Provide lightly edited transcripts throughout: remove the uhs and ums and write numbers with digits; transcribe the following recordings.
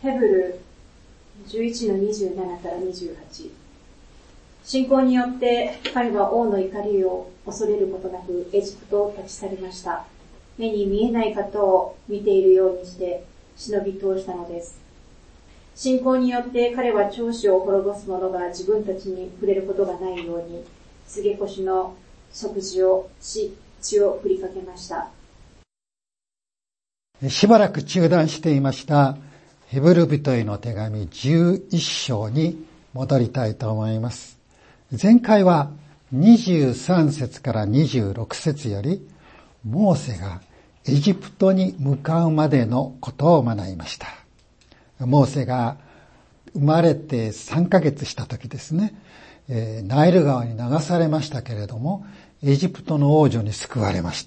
ヘブル11の27から28。信仰によって彼は王の怒りを恐れることなくエジプトを立ち去りました。目に見えない方を見ているようにして忍び通したのです。信仰によって彼は長子を滅ぼす者が自分たちに触れることがないように告げ越の食事をし血を振りかけました。 しばらく中断していましたヘブル人への手紙11章に戻りたいと思います。前回は23節から26節よりモーセがエジプトに向かうまでのことを学びました。モーセが生まれて3ヶ月した時ですね、ナイル川に流されましたけれども、エジプトの王女に救われました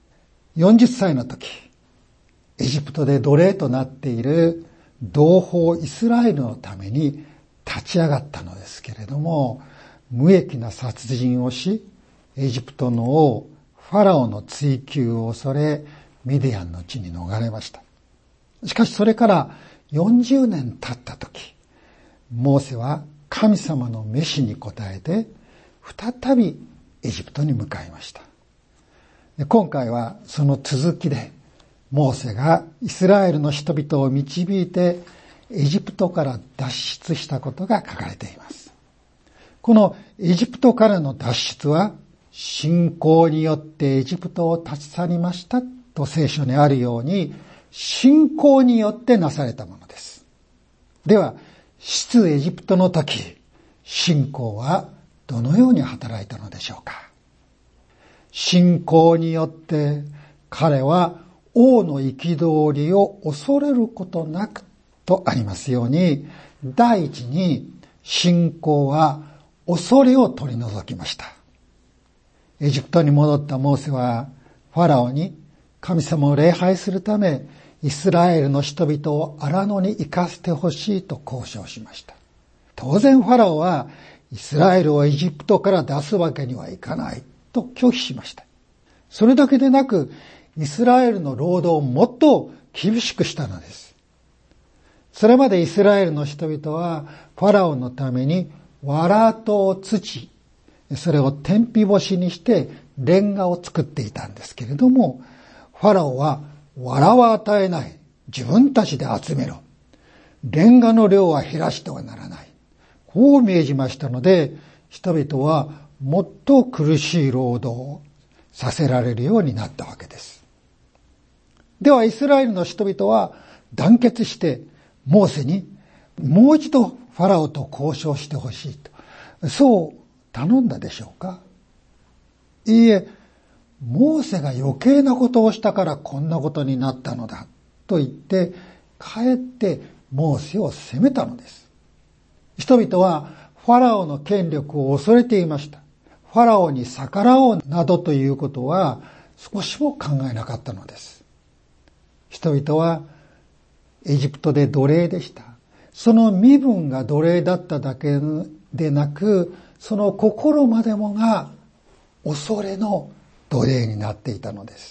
。40歳の時、エジプトで奴隷となっている同胞イスラエルのために立ち上がったのですけれども、無益な殺人をし、エジプトの王ファラオの追及を恐れ、ミディアンの地に逃れました。しかしそれから40年経った時、モーセは神様の召しに応えて、再びエジプトに向かいました。今回はその続きで、モーセがイスラエルの人々を導いて、エジプトから脱出したことが書かれています。このエジプトからの脱出は、信仰によってエジプトを立ち去りましたと聖書にあるように、信仰によってなされたものです。では、出エジプトの時、信仰はどのように働いたのでしょうか。信仰によって彼は王の憤りを恐れることなくとありますように、第一に信仰は恐れを取り除きました。エジプトに戻ったモーセはファラオに神様を礼拝するためイスラエルの人々を荒野に行かせてほしいと交渉しました。当然ファラオはイスラエルをエジプトから出すわけにはいかないと拒否しました。それだけでなくイスラエルの労働をもっと厳しくしたのです。それまでイスラエルの人々はファラオのために藁と土、それを天日干しにしてレンガを作っていたんですけれども、ファラオは藁は与えない。自分たちで集めろ。レンガの量は減らしてはならない。こう命じましたので、人々はもっと苦しい労働をさせられるようになったわけです。ではイスラエルの人々は団結してモーセにもう一度ファラオと交渉してほしいと、そう頼んだでしょうか。いいえ、モーセが余計なことをしたからこんなことになったのだと言ってかえってモーセを責めたのです。人々はファラオの権力を恐れていました。ファラオに逆らおうなどということは少しも考えなかったのです。人々はエジプトで奴隷でした。その身分が奴隷だっただけでなく、その心までもが恐れの奴隷になっていたのです。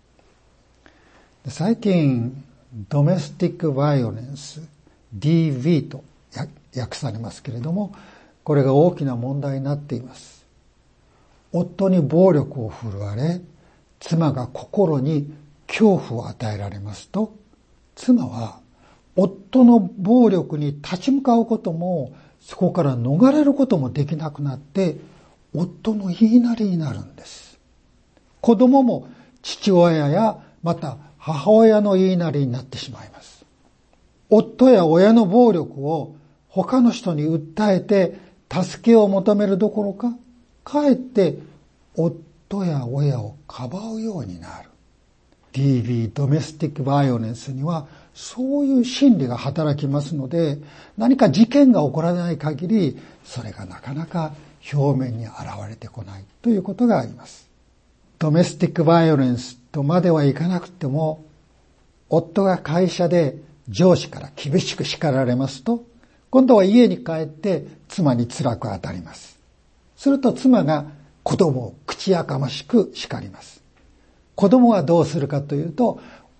最近ドメスティックバイオレンス DV と訳されますけれども、これが大きな問題になっています。夫に暴力を振るわれ、妻が心に恐怖を与えられますと、妻は夫の暴力に立ち向かうことも、そこから逃れることもできなくなって、夫の言いなりになるんです。子供も父親やまた母親の言いなりになってしまいます。夫や親の暴力を他の人に訴えて助けを求めるどころか、かえって夫や親をかばうようになる。DV、ドメスティックバイオレンスにはそういう心理が働きますので、何か事件が起こらない限り、それがなかなか表面に現れてこないということがあります。ドメスティックバイオレンスとまではいかなくても、夫が会社で上司から厳しく叱られますと、今度は家に帰って妻に辛く当たります。すると妻が子供を口やかましく叱ります。子供はどうするかというと、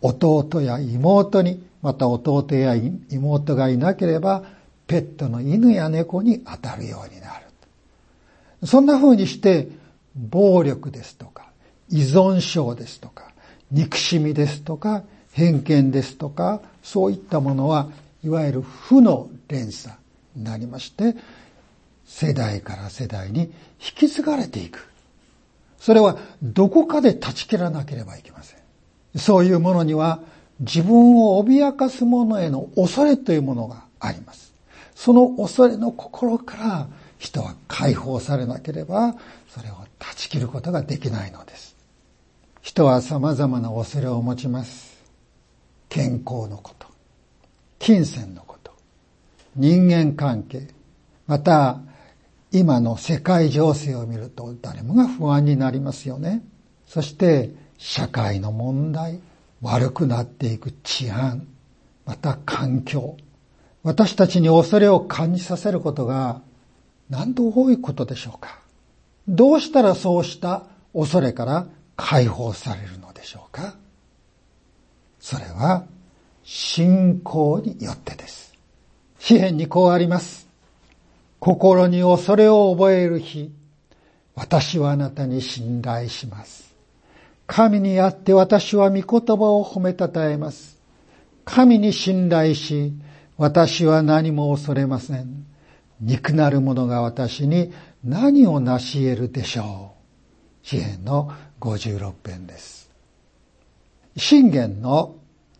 弟や妹に、また弟や妹がいなければ、ペットの犬や猫に当たるようになる。そんな風にして、暴力ですとか、依存症ですとか、憎しみですとか、偏見ですとか、そういったものは、いわゆる負の連鎖になりまして、世代から世代に引き継がれていく。それはどこかで断ち切らなければいけません。そういうものには自分を脅かすものへの恐れというものがあります。その恐れの心から人は解放されなければ、それを断ち切ることができないのです。人は様々な恐れを持ちます。健康のこと、金銭のこと、人間関係、また今の世界情勢を見ると誰もが不安になりますよね。そして社会の問題、悪くなっていく治安、また環境、私たちに恐れを感じさせることが何と多いことでしょうか。どうしたらそうした恐れから解放されるのでしょうか。それは信仰によってです。詩編にこうあります。心に恐れを覚える日、私はあなたに信頼します。神にあって私は御言葉を褒めたたえます。神に信頼し、私は何も恐れません。憎なる者が私に何を成し得るでしょう。詩編の56編です。箴言の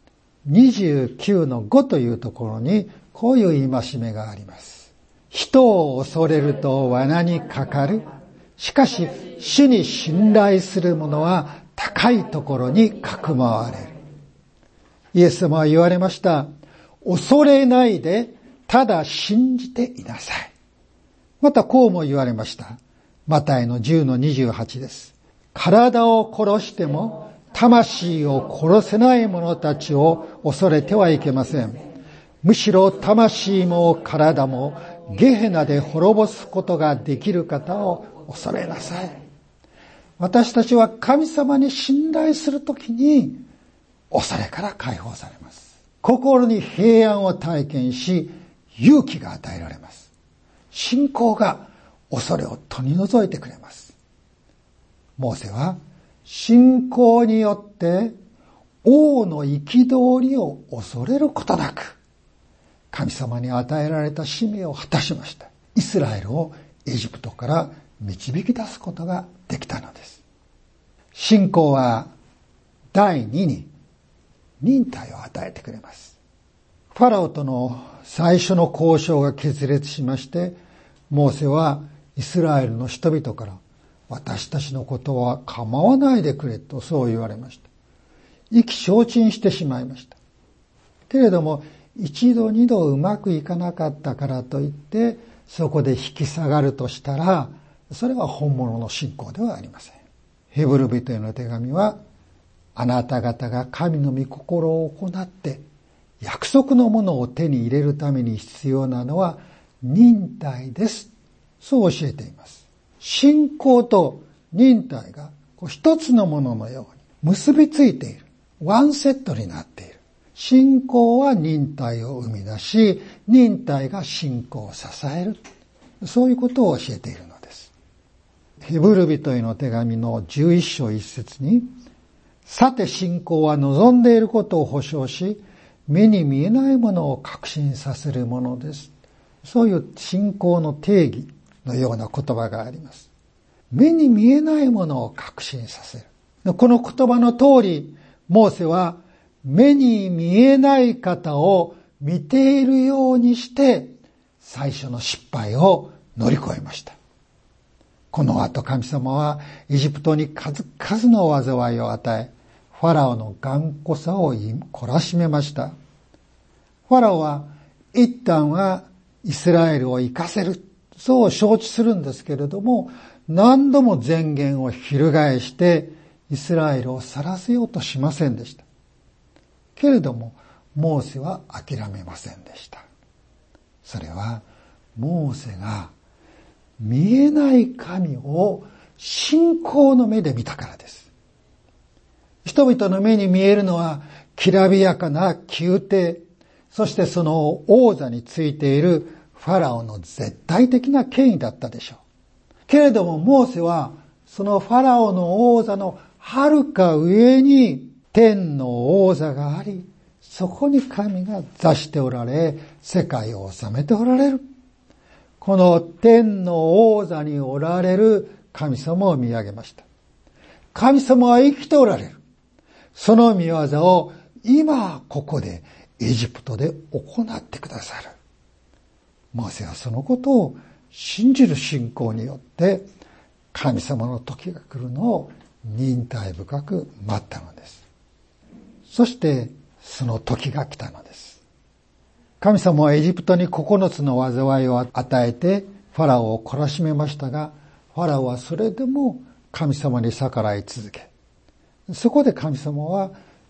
29の5というところにこういう戒めがあります。人を恐れると罠にかかる。しかし主に信頼する者は高いところにかくまわれる。イエス様は言われました。恐れないでただ信じていなさい。またこうも言われました。マタイの10の28です。体を殺しても魂を殺せない者たちを恐れてはいけません。むしろ魂も体もゲヘナで滅ぼすことができる方を恐れなさい。私たちは神様に信頼するときに恐れから解放されます。心に平安を体験し勇気が与えられます。信仰が恐れを取り除いてくれます。モーセは信仰によって王の憤りを恐れることなく神様に与えられた使命を果たしました。イスラエルをエジプトから導き出すことができたのです。信仰は第二に忍耐を与えてくれます。ファラオとの最初の交渉が決裂しまして、モーセはイスラエルの人々から私たちのことは構わないでくれとそう言われました。意気消沈してしまいました。けれども一度二度うまくいかなかったからといってそこで引き下がるとしたらそれは本物の信仰ではありません。ヘブル人への手紙はあなた方が神の御心を行って約束のものを手に入れるために必要なのは忍耐です。そう教えています。信仰と忍耐が一つのもののように結びついている。ワンセットになっている。信仰は忍耐を生み出し、忍耐が信仰を支える。そういうことを教えているのです。ヘブル人への手紙の11章1節に、さて信仰は望んでいることを保証し、目に見えないものを確信させるものです。そういう信仰の定義のような言葉があります。目に見えないものを確信させる。この言葉の通り、モーセは目に見えない方を見ているようにして最初の失敗を乗り越えました。この後神様はエジプトに数々の災いを与え、ファラオの頑固さを懲らしめました。ファラオは一旦はイスラエルを生かせる、そう承知するんですけれども、何度も前言を翻してイスラエルを去らせようとしませんでした。けれどもモーセは諦めませんでした。それはモーセが見えない神を信仰の目で見たからです。人々の目に見えるのはきらびやかな宮廷、そしてその王座についているファラオの絶対的な権威だったでしょう。けれどもモーセはそのファラオの王座のはるか上に天の王座があり、そこに神が座しておられ、世界を治めておられる。この天の王座におられる神様を見上げました。神様は生きておられる。その御業を今ここでエジプトで行ってくださる。モーセはそのことを信じる信仰によって神様の時が来るのを忍耐深く待ったのです。そしてその時が来たのです。神様はエジプトに9つの災いを与えてファラオを懲らしめましたが、ファラオはそれでも神様に逆らい続け、そこで神様は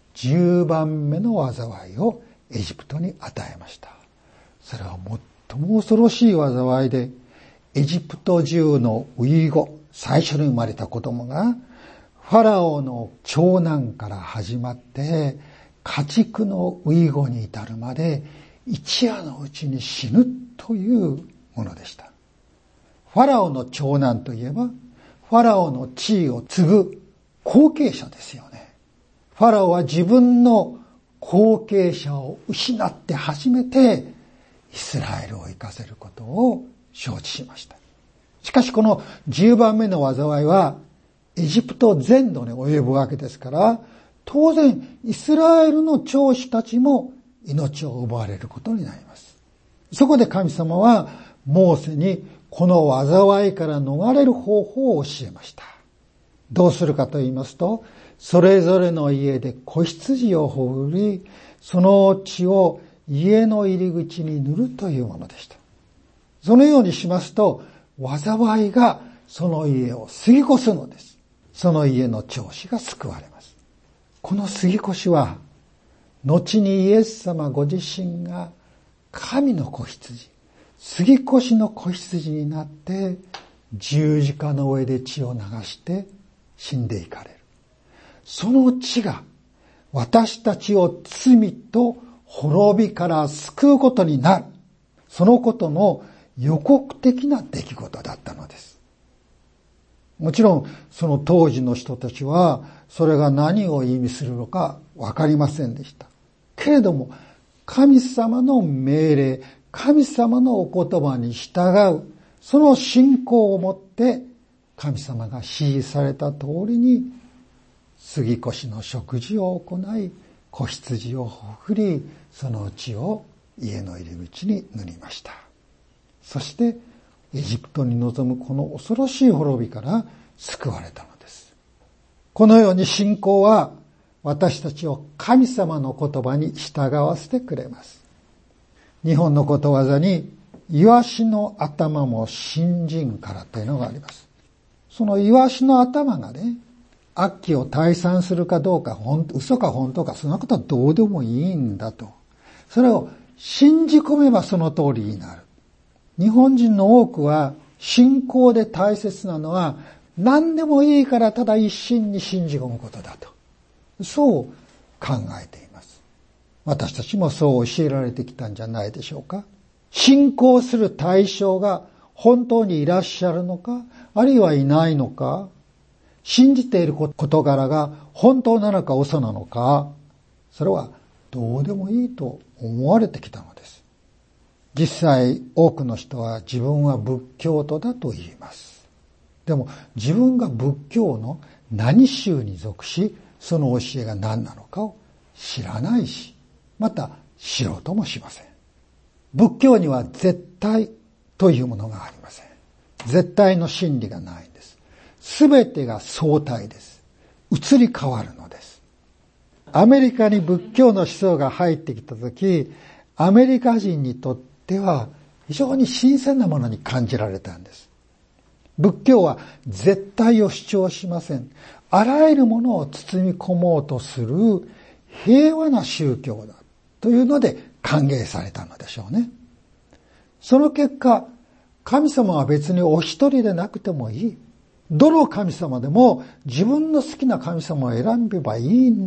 10番目の災いをエジプトに与えました。それは最も恐ろしい災いで、エジプト中の初子、最初に生まれた子供がファラオの長男から始まって家畜の初子に至るまで一夜のうちに死ぬというものでした。ファラオの長男といえばファラオの地位を継ぐ後継者ですよね。ファラオは自分の後継者を失って初めてイスラエルを生かせることを承知しました。しかしこの10番目の災いはエジプト全土に及ぶわけですから、当然イスラエルの長子たちも命を奪われることになります。そこで神様はモーセにこの災いから逃れる方法を教えました。どうするかと言いますと、それぞれの家で子羊をほふり、その血を家の入り口に塗るというものでした。そのようにしますと、災いがその家を過ぎ越すのです。その家の長子が救われます。この過ぎ越しは、後にイエス様ご自身が神の子羊、過ぎ越しの子羊になって十字架の上で血を流して死んでいかれる。その血が私たちを罪と滅びから救うことになる。そのことの予告的な出来事だったのです。もちろんその当時の人たちはそれが何を意味するのか分かりませんでした。けれども神様の命令、神様のお言葉に従う、その信仰をもって神様が指示された通りに杉越の食事を行い、子羊をほふり、その血を家の入り口に塗りました。そしてエジプトに臨むこの恐ろしい滅びから救われたのです。このように信仰は私たちを神様の言葉に従わせてくれます。日本のことわざに、イワシの頭も信心からというのがあります。そのイワシの頭がね、悪鬼を退散するかどうか、嘘か本当か、そんなことはどうでもいいんだと。それを信じ込めばその通りになる。日本人の多くは信仰で大切なのは何でもいいからただ一心に信じ込むことだと。そう考えています。私たちもそう教えられてきたんじゃないでしょうか。信仰する対象が本当にいらっしゃるのか、あるいはいないのか、信じている事柄が本当なのか嘘なのか、それはどうでもいいと思われてきたのです。実際多くの人は自分は仏教徒だと言います。でも自分が仏教の何宗に属し、その教えが何なのかを知らないし、また知ろうともしません。仏教には絶対というものがありません。絶対の真理がないんです。すべてが相対です。移り変わるのです。アメリカに仏教の思想が入ってきたとき、アメリカ人にとっては非常に新鮮なものに感じられたんです。仏教は絶対を主張しません。あらゆるものを包み込もうとする平和な宗教だというので歓迎されたのでしょうね。その結果、神様は別にお一人でなくてもいい。どの神様でも自分の好きな神様を選べばいいんだ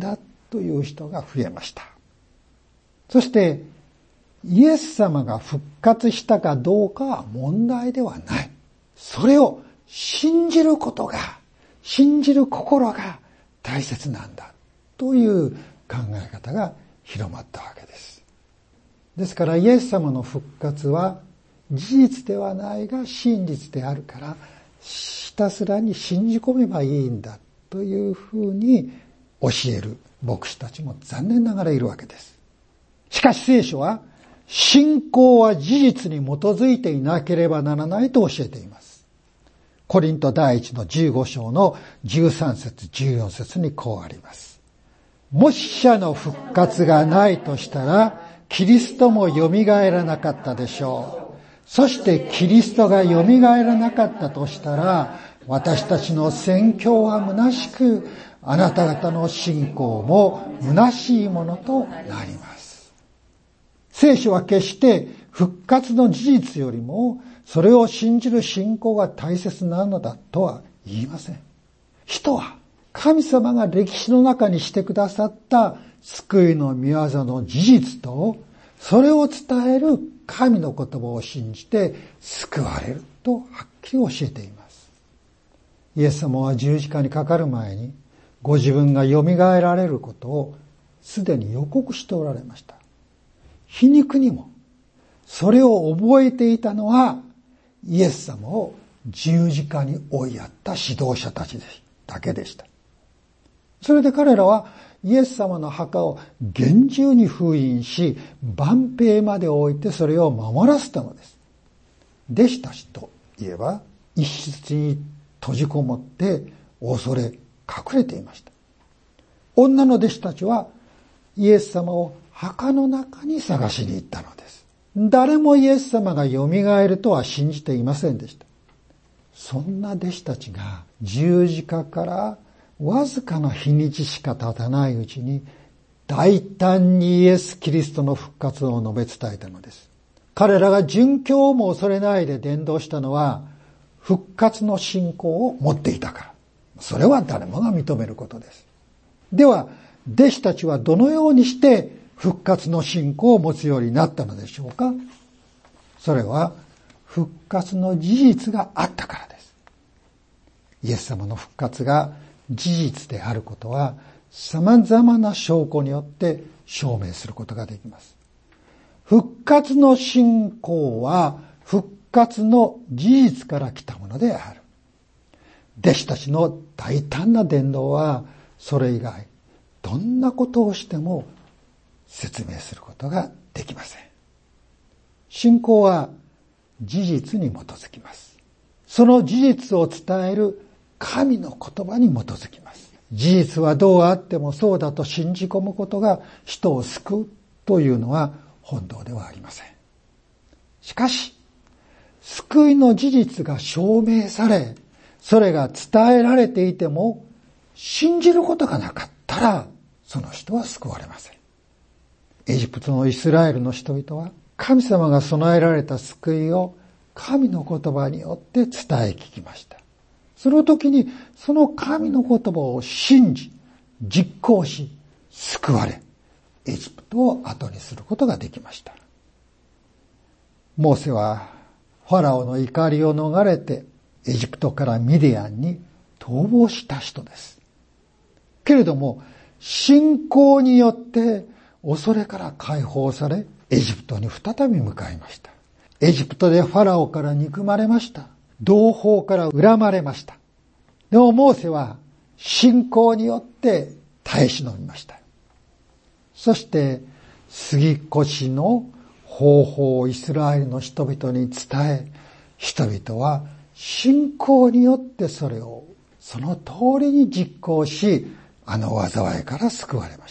という人が増えました。そしてイエス様が復活したかどうかは問題ではない。それを信じることが、信じる心が大切なんだという考え方が広まったわけです。ですからイエス様の復活は事実ではないが真実であるから、ひたすらに信じ込めばいいんだというふうに教える牧師たちも残念ながらいるわけです。しかし聖書は信仰は事実に基づいていなければならないと教えています。コリント第1の15章の13節14節にこうあります。もし死者の復活がないとしたら、キリストもよみがえらなかったでしょう。そしてキリストがよみがえらなかったとしたら、私たちの宣教は虚しく、あなた方の信仰も虚しいものとなります。聖書は決して復活の事実よりも、それを信じる信仰が大切なのだとは言いません。人は神様が歴史の中にしてくださった救いの御業の事実と、それを伝える神の言葉を信じて救われるとはっきり教えています。イエス様は十字架にかかる前に、ご自分がよみがえられることをすでに予告しておられました。皮肉にも、それを覚えていたのは、イエス様を十字架に追いやった指導者たちだけでした。それで彼らはイエス様の墓を厳重に封印し、万兵まで置いてそれを守らせたのです。弟子たちといえば、一室に閉じこもって恐れ隠れていました。女の弟子たちはイエス様を墓の中に探しに行ったのです。誰もイエス様がよみがえるとは信じていませんでした。そんな弟子たちが十字架からわずかな日にちしか経たないうちに大胆にイエス・キリストの復活を述べ伝えたのです。彼らが殉教も恐れないで伝道したのは復活の信仰を持っていたから。それは誰もが認めることです。では、弟子たちはどのようにして復活の信仰を持つようになったのでしょうか。それは復活の事実があったからです。イエス様の復活が事実であることは様々な証拠によって証明することができます。復活の信仰は復活の事実から来たものである。弟子たちの大胆な伝道はそれ以外どんなことをしても説明することができません。信仰は事実に基づきます。その事実を伝える神の言葉に基づきます。事実はどうあってもそうだと信じ込むことが人を救うというのは本当ではありません。しかし、救いの事実が証明され、それが伝えられていても、信じることがなかったら、その人は救われません。エジプトのイスラエルの人々は、神様が備えられた救いを神の言葉によって伝え聞きました。その時に、その神の言葉を信じ、実行し、救われ、エジプトを後にすることができました。モーセは、ファラオの怒りを逃れて、エジプトからミディアンに逃亡した人です。けれども、信仰によって恐れから解放され、エジプトに再び向かいました。エジプトでファラオから憎まれました。同胞から恨まれました。でもモーセは信仰によって耐え忍びました。そして杉越の方法をイスラエルの人々に伝え、人々は信仰によってそれをその通りに実行し、あの災いから救われました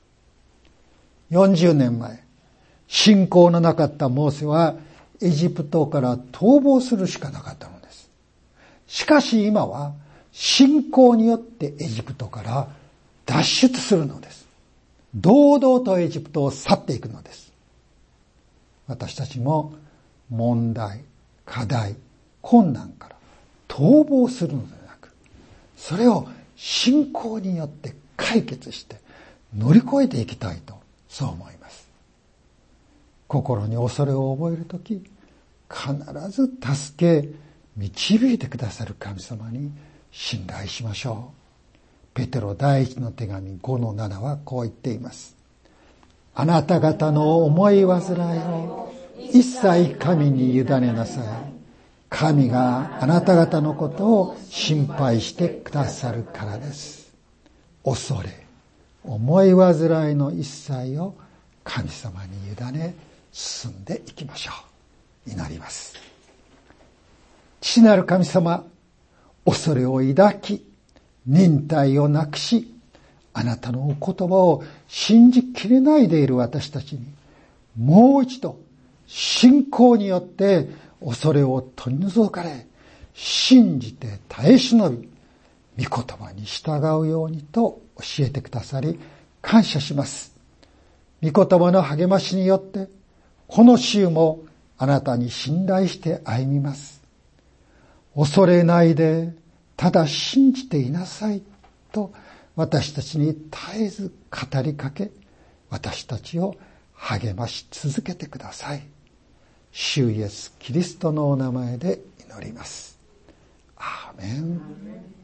。40年前、信仰のなかったモーセはエジプトから逃亡するしかなかったのです。しかし今は信仰によってエジプトから脱出するのです。堂々とエジプトを去っていくのです。私たちも問題、課題、困難から逃亡するのではなく、それを信仰によって解決して、 乗り越えていきたいと、そう思います。心に恐れを覚えるとき、必ず助け、導いてくださる神様に信頼しましょう。ペテロ第一の手紙 5-7 はこう言っています。あなた方の思い煩いを一切神に委ねなさい。神があなた方のことを心配してくださるからです。恐れ、思い煩いの一切を神様に委ね進んでいきましょう。祈ります。父なる神様、恐れを抱き、忍耐をなくし、あなたのお言葉を信じきれないでいる私たちに、もう一度信仰によって恐れを取り除かれ、信じて耐え忍び、御言葉に従うようにと教えてくださり感謝します。御言葉の励ましによってこの週もあなたに信頼して歩みます。恐れないでただ信じていなさいと私たちに絶えず語りかけ、私たちを励まし続けてください。主イエスキリストのお名前で祈ります。アーメン。